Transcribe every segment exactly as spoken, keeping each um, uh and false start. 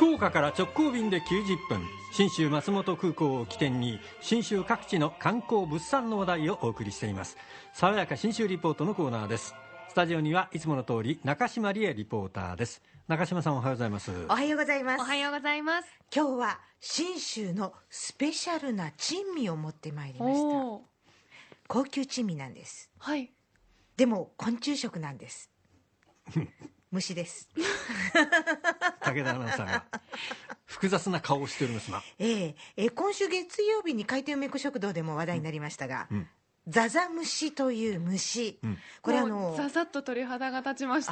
福岡から直行便できゅうじゅっぷん、信州松本空港を起点に信州各地の観光物産の話題をお送りしています。爽やか信州リポートのコーナーです。スタジオにはいつもの通り中島理恵リポーターです。中島さん、おはようございます。 おはようございます。 おはようございます。 今日は信州のスペシャルな珍味を持ってまいりました。高級珍味なんです。 はい。 でも昆虫食なんです。虫です。 武田アナウンサーが複雑な顔をしておりますが、 えーえー、今週月曜日に回転梅子食堂でも話題になりましたが、うん、ザザムシという虫、うん、これあのザザッと鳥肌が立ちました。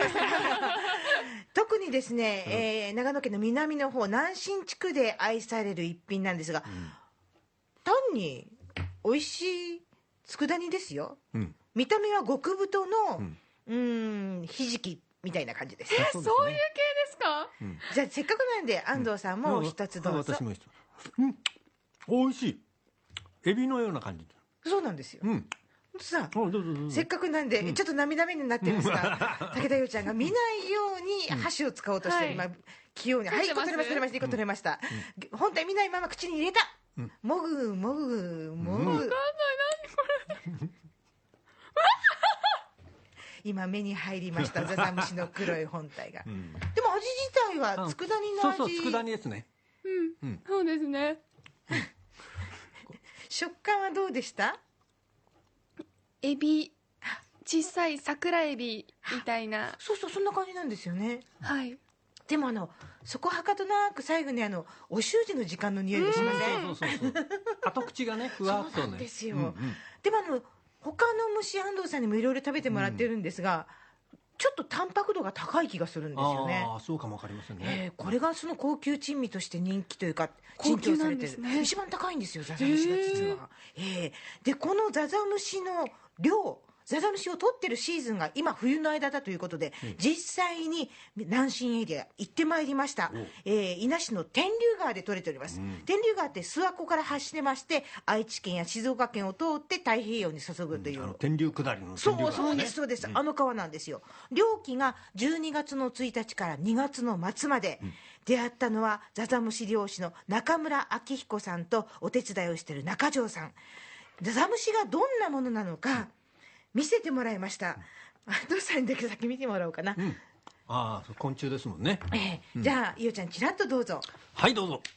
特にですね、うんえー、長野県の南の方南信地区で愛される一品なんですが、うん、単に美味しい佃煮ですよ、うん、見た目は極太の、うん、うーんひじきみたいな感じです。 えー、そういう系ですか、 うん、じゃあせっかくなんで安藤さんも一つどうぞ。 私も一つ。うん、美味しい。エビのような感じ。 そうなんですよ、うんさあどうぞどうぞせっかくなんで、うん、ちょっと涙目になってますが、うん、武田陽ちゃんが見ないように箸を使おうとしてる、うん、今器用にはい、いっこ取れました取れましたいっこ取れました、うん、本体見ないまま口に入れた、うん、もぐもぐもぐ、うん、分かんない。何これ今目に入りましたザザムシの黒い本体が、うん、でも味自体は佃煮の味、 そうそう佃煮ですね。 うん、うん、そうですね、うん、 食感はどうでした？ エビ、小さい桜エビみたいな。 そうそう、そんな感じなんですよね。 はい。 でもあのそこはかとなく最後にあのお習字の時間の匂いがしません？ そうそうそうそう後口がねふわっとね。 そうなんですよ、うんうん、でもあの他の虫安藤さんにもいろいろ食べてもらってるんですが、うん、ちょっとタンパク度が高い気がするんですよね。 ああ、そうかもわかりませんね、 えー、これがその高級珍味として人気というか珍重されてる、ね、一番高いんですよザザムシが実は、えーえー、でこのザザムシの量、ザザムシを取ってるシーズンが今冬の間だということで、うん、実際に南信エリア行ってまいりました、えー、伊那市の天竜川で取れております、うん、天竜川って諏訪湖から発してまして愛知県や静岡県を通って太平洋に注ぐという、うん、 あの天竜下りの天竜川、ね、 そうそうですそうです、うん、あの川なんですよ。漁期がじゅうにがつのついたちからにがつの末まで、うん、出会ったのはザザムシ漁師の中村明彦さんとお手伝いをしている中条さん。ザザムシがどんなものなのか見せてもらいました。安藤さんにだけ先見てもらおうかな、うん、 ああ昆虫ですもんね、 えーうん、じゃあいおちゃんちらっとどうぞ。 はいどうぞ。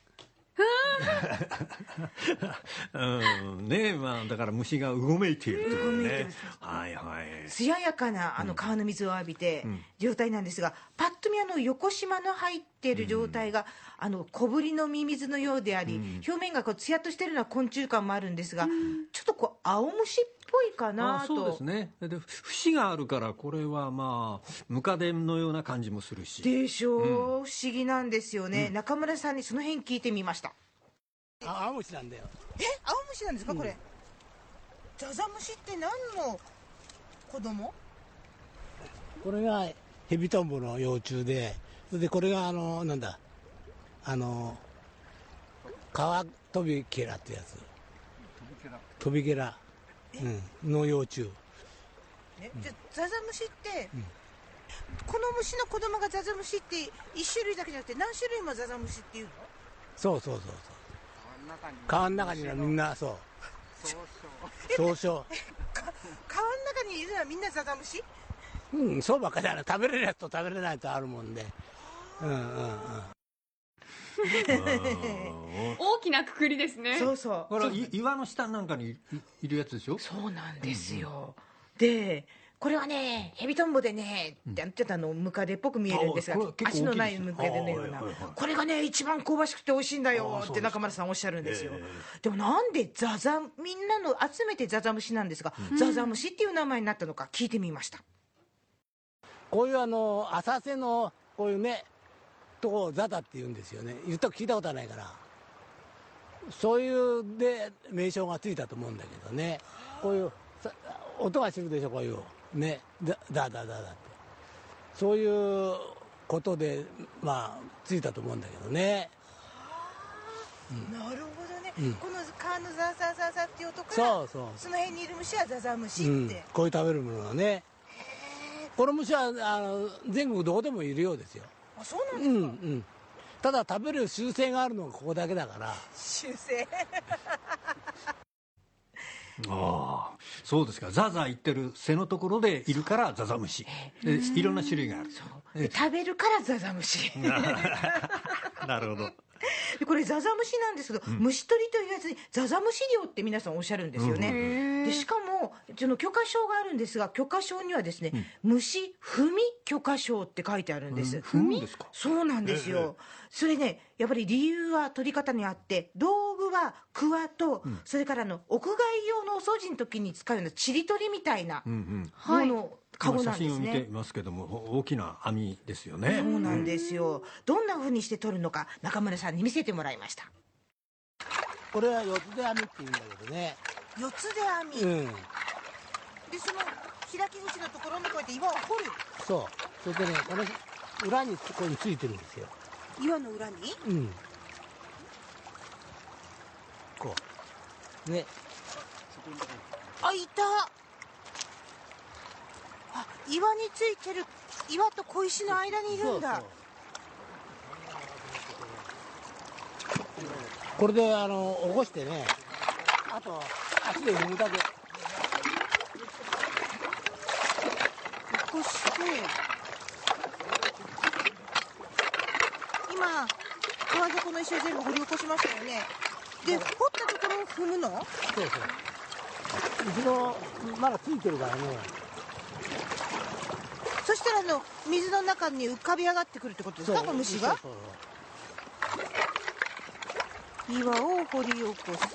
うんねえ、まあだから虫がうごめいているというね、はいはい艶やかなあの川の水を浴びて状態なんですが、パッと見あの横縞の入っている状態が、うん、あの小ぶりのミミズのようであり、うん、表面がこうツヤっとしているような昆虫感もあるんですが、うん、ちょっとこう青虫っぽいかなと。 そうですね。で節があるからこれはまあムカデのような感じもするしでしょう、うん、不思議なんですよね、うん、中村さんにその辺聞いてみました。 青虫なんだよ。 え、青虫なんですか、うん、これ。ザザムシって何の子供？ これがヘビトンボの幼虫で、それでこれがあのなんだあのカワトビケラってやつ。トビケラ、うん、の幼虫。 え、じゃザザムシって、うん、この虫の子供がザザムシって一種類だけじゃなくて何種類もザザムシっていうの？ そうそうそうそう。川の中にはみんなそう総称川の中にいるのはみんなザザムシ？ うん、そうばっかりだな。食べれるやつと食べれないとあるもんで、うんうんうん大きなくくりですね。 そうそう、 これは岩の下なんかに い, いるやつでしょ。 そうなんですよ、うんうん、でこれはねヘビトンボでね、うん、ちょっとあのムカデっぽく見えるんですが、足のないムカデのような、これがね一番香ばしくて美味しいんだよって中村さんおっしゃるんですよ。でもなんでザザみんなの集めてザザムシなんですが、うん、ザザムシっていう名前になったのか聞いてみました。 こういうあの浅瀬のこういうねとこをザダって言うんですよね。言った聞いたことはないから、そういうで名称がついたと思うんだけどね。こういう音がするでしょ、こういうね、ダダダダダって、そういうことでまあついたと思うんだけどね。 うん、なるほどね、うん、この川のザーザーザーザーっていう音から、 そうそう、 その辺にいる虫はザザムシって、うん、 こういう食べるものはね。この虫はあの全国どこでもいるようですよ。 あ、そうなんですか。 うんうん、 ただ食べる習性があるのがここだけだから。 習性ああ、そうですか。ザザ言ってる背のところでいるからザザムシで、いろんな種類がある。 で食べるからザザムシなるほど。 でこれザザムシなんですけど、うん、虫取りというやつにザザムシ漁って皆さんおっしゃるんですよね、うん、でしかもその許可証があるんですが、許可証にはですね、うん、虫踏み許可証って書いてあるんです、うん、 踏みですか？ そうなんですよ、それねやっぱり理由は取り方にあって、道具はクワと、うん、それからの屋外用のお掃除の時に使うようなちり取りみたいなもの、うんうんはいカゴなんですね。 写真を見ていますけども大きな網ですよね。 そうなんですよ。どんな風にして撮るのか中村さんに見せてもらいました。 これは四つで網って言うんだけどね。 四つで網、うん、でその開き口のところにこうやって岩を掘る。 そう、それでねこの裏にここについてるんですよ。 岩の裏にうんこうね。 あ、いた。あ、岩についてる岩と小石の間にいるんだ。そうそうこれであの起こしてね、あと足で踏むだけ。起こして今川底の石を全部掘り起こしましたよね。で掘ったところを踏むの？ そうそう後ろまだついてるからね。 そしたらあの水の中に浮かび上がってくるってことですか、虫が？そうそうそう岩を掘り起こす。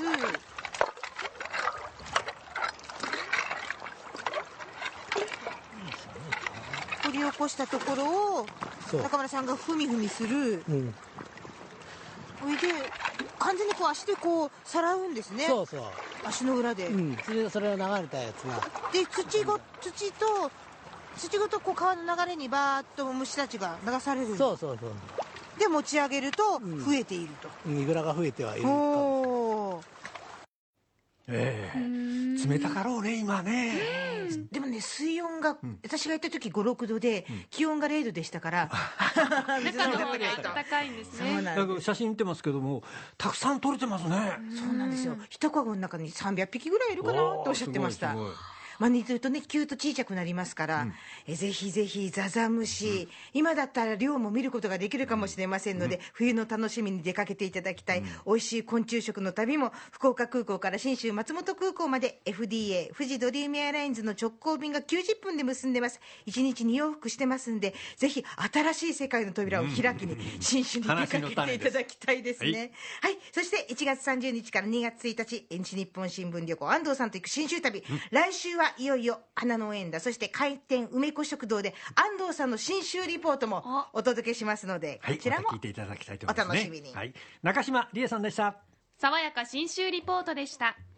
掘り起こしたところを中村さんがふみふみする。うん、それで完全にこう足でこうさらうんですね。 そうそう足の裏で、 うん、それそれを流れたやつがで土ご土と土ごとこう川の流れにバーッと虫たちが流される。 そうそうそうで持ち上げると増えていると、 うん、イグラが増えてはいるかも。 ええ冷たかろうね今ね。 でもね水温が、うん、私が行った時ご、ろくどで、うん、気温がれいどでしたから中の方が暖かいんですね。 だから写真見てますけどもたくさん撮れてますね。 そうなんですよ。一カゴの中にさんびゃっぴきぐらいいるかなとおっしゃってました。まあ、煮てるとねキューッと小さくなりますから、うん、えぜひぜひザザムシ、うん、今だったら漁も見ることができるかもしれませんので、うん、冬の楽しみに出かけていただきたい、うん、美味しい昆虫食の旅も福岡空港から信州松本空港まで エフディーエー 富士ドリームエアラインズの直行便がきゅうじゅっぷんで結んでます。いちにちにようふくしてますんで、ぜひ新しい世界の扉を開きに信州に出かけていただきたいですね。はい、はい、そしていちがつさんじゅうにちからにがつついたち西日本新聞旅行安藤さんと行く信州旅、うん、来週はいよいよ花の縁だ、そして開店梅子食堂で安藤さんの信州リポートもお届けしますので、 はい、 こちらもまた聞いていただきたいと思いますね。 お楽しみに。 はい、中島理恵さんでした。 爽やか信州リポートでした。